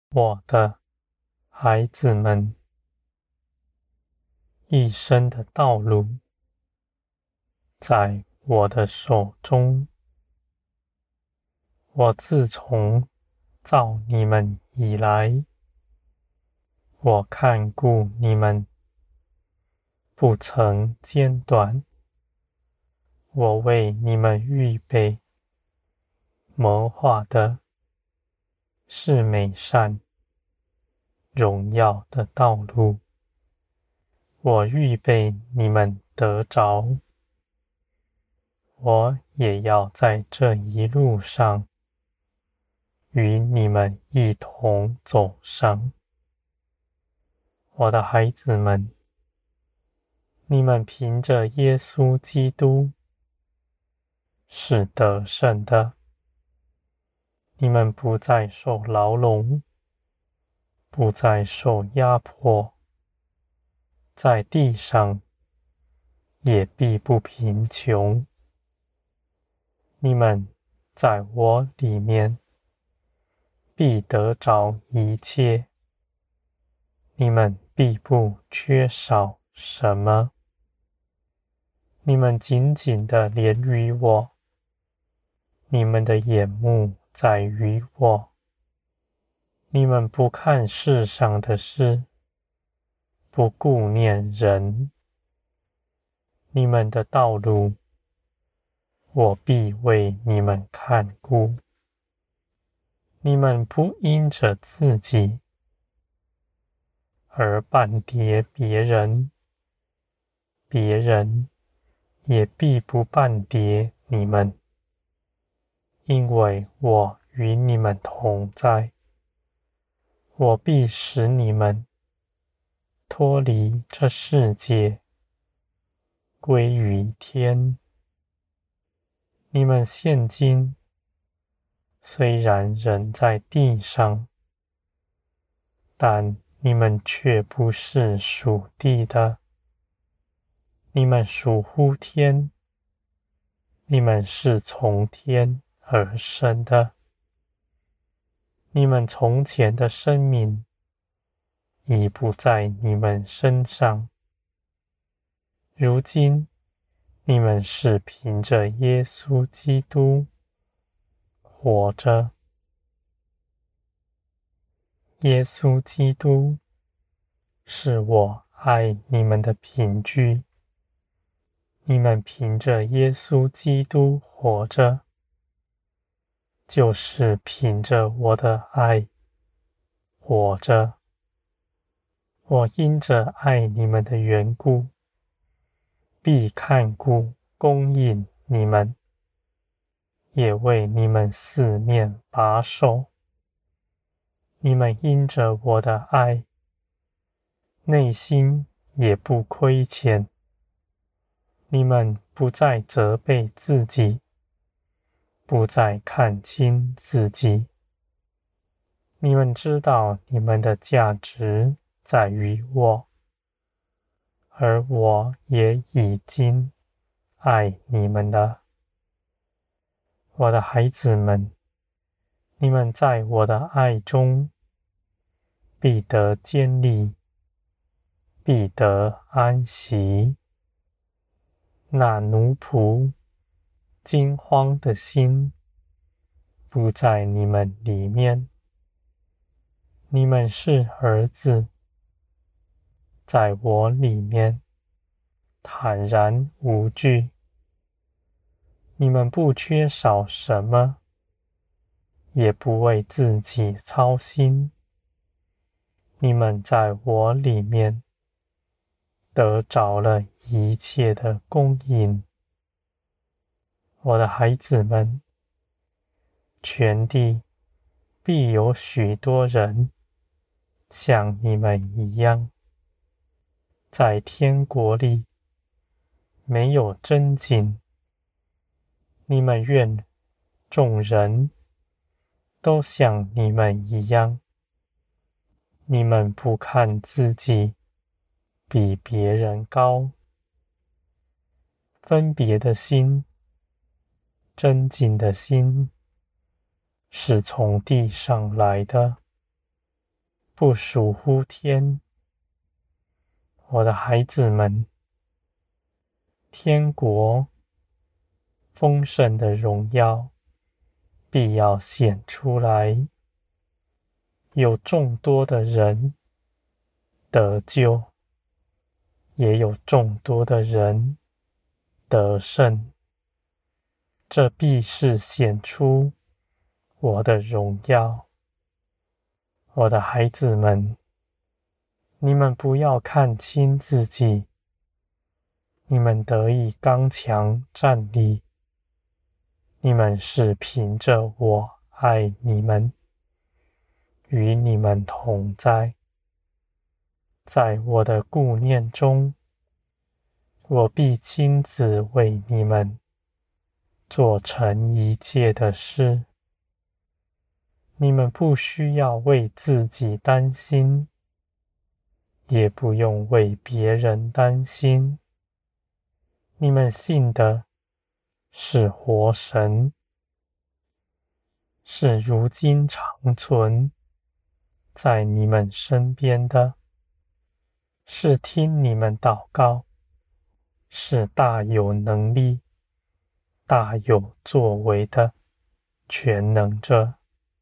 我的孩子们，一生的道路在我的手中。我自从造你们以来，我看顾你们，不曾间断。我为你们预备谋划的是美善、荣耀的道路。我预备你们得着，我也要在这一路上与你们一同走上。我的孩子们，你们凭着耶稣基督是得胜的，你们不再受牢笼，不再受压迫，在地上也必不贫穷。你们在我里面必得着一切，你们必不缺少什么。你们紧紧地连于我，你们的眼目在于我。你们不看世上的事，不顾念人。你们的道路，我必为你们看顾。你们不因着自己而絆跌别人，别人也必不絆跌你们，因为我与你们同在。我必使你们脱离这世界，归于天。你们现今虽然人在地上，但你们却不是属地的，你们属乎天，你们是从天而生的。你们从前的生命已不在你们身上，如今你们是凭着耶稣基督活着。耶稣基督是我爱你们的凭据，你们凭着耶稣基督活着，就是凭着我的爱活着。我因着爱你们的缘故，必看顾供应你们，也为你们四面把守。你们因着我的爱，内心也不亏欠。你们不再责备自己，不再看轻自己。你们知道你们的价值在于我，而我也已经爱你们了。我的孩子们，你们在我的爱中必得坚立，必得安息。那奴仆惊慌的心不在你们里面。你们是儿子，在我里面坦然无惧。你们不缺少什么，也不为自己操心。你们在我里面得着了一切的供应。我的孩子们，全地必有许多人像你们一样，在天国里没有真经。你们愿众人都像你们一样，你们不看自己比别人高，分别的心、真经的心是从地上来的。 不属乎天。我的孩子们，天国丰盛的荣耀必要显出来，有众多的人得救，也有众多的人得胜。这必是显出我的荣耀。我的孩子们，你们不要看轻自己，你们得以刚强站立。你们是凭着我爱你们，与你们同在，在我的顾念中，我必亲自为你们做成一切的事。你们不需要为自己担心，也不用为别人担心。你们信的是活神，是如今长存在你们身边的，是听你们祷告，是大有能力、大有作为的全能者。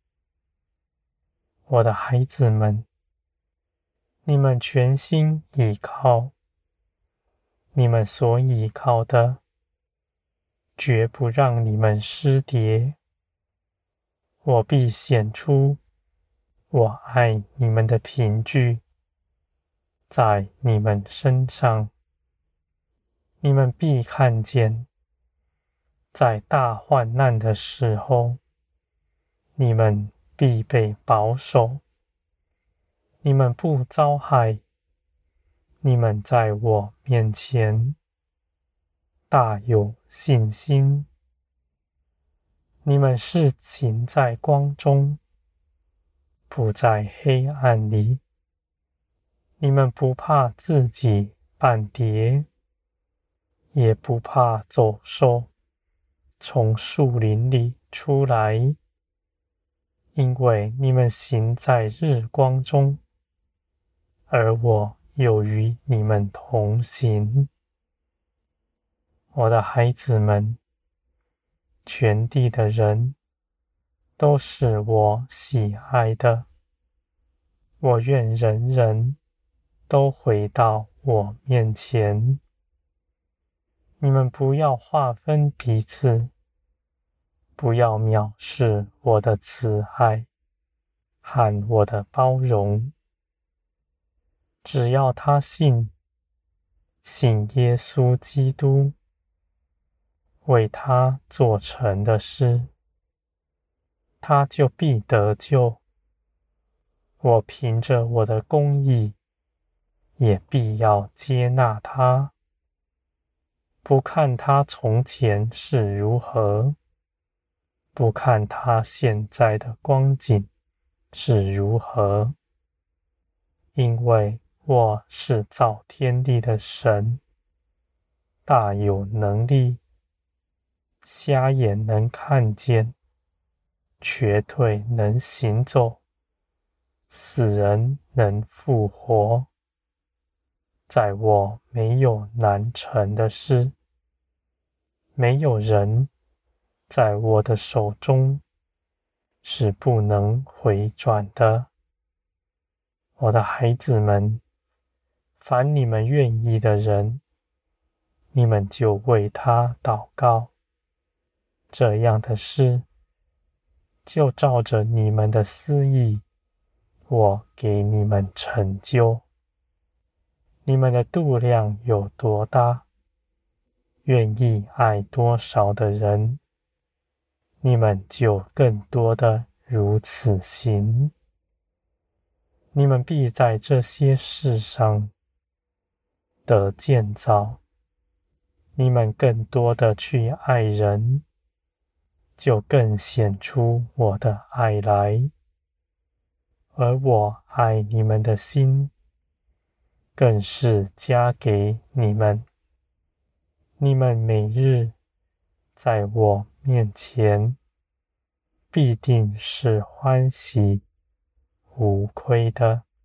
我的孩子们，你们全心倚靠，你们所倚靠的，绝不让你们失跌。我必显出我爱你们的凭据在你们身上，你们必看见，在大患难的时候，你们必被保守，你们不遭害，你们在我面前大有信心。你们是行在光中，不在黑暗里。你们不怕自己半跌，也不怕走兽从树林里出来，因为你们行在日光中，而我又与你们同行。我的孩子们，全地的人都是我喜爱的，我愿人人都回到我面前。你们不要划分彼此，不要藐视我的慈爱和我的包容。只要他信耶稣基督为他做成的事，他就必得救。我凭着我的公义，也必要接纳他，不看他从前是如何，不看他现在的光景是如何，因为我是造天地的神，大有能力，瞎眼能看见，瘸腿能行走，死人能复活。在我没有难成的事，没有人在我的手中是不能回转的。我的孩子们，凡你们愿意的人，你们就为他祷告。这样的事，就照着你们的私意，我给你们成就。你们的度量有多大，愿意爱多少的人，你们就更多的如此行。你们必在这些事上得建造，你们更多的去爱人，就更显出我的爱来。而我爱你们的心，更是加给你们。你们每日在我面前，必定是欢喜无亏的。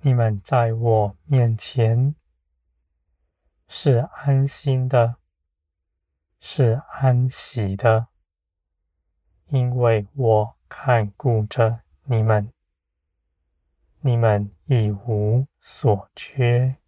你们在我面前是安心的，是安息的，因为我看顾着你们，你们一无所缺。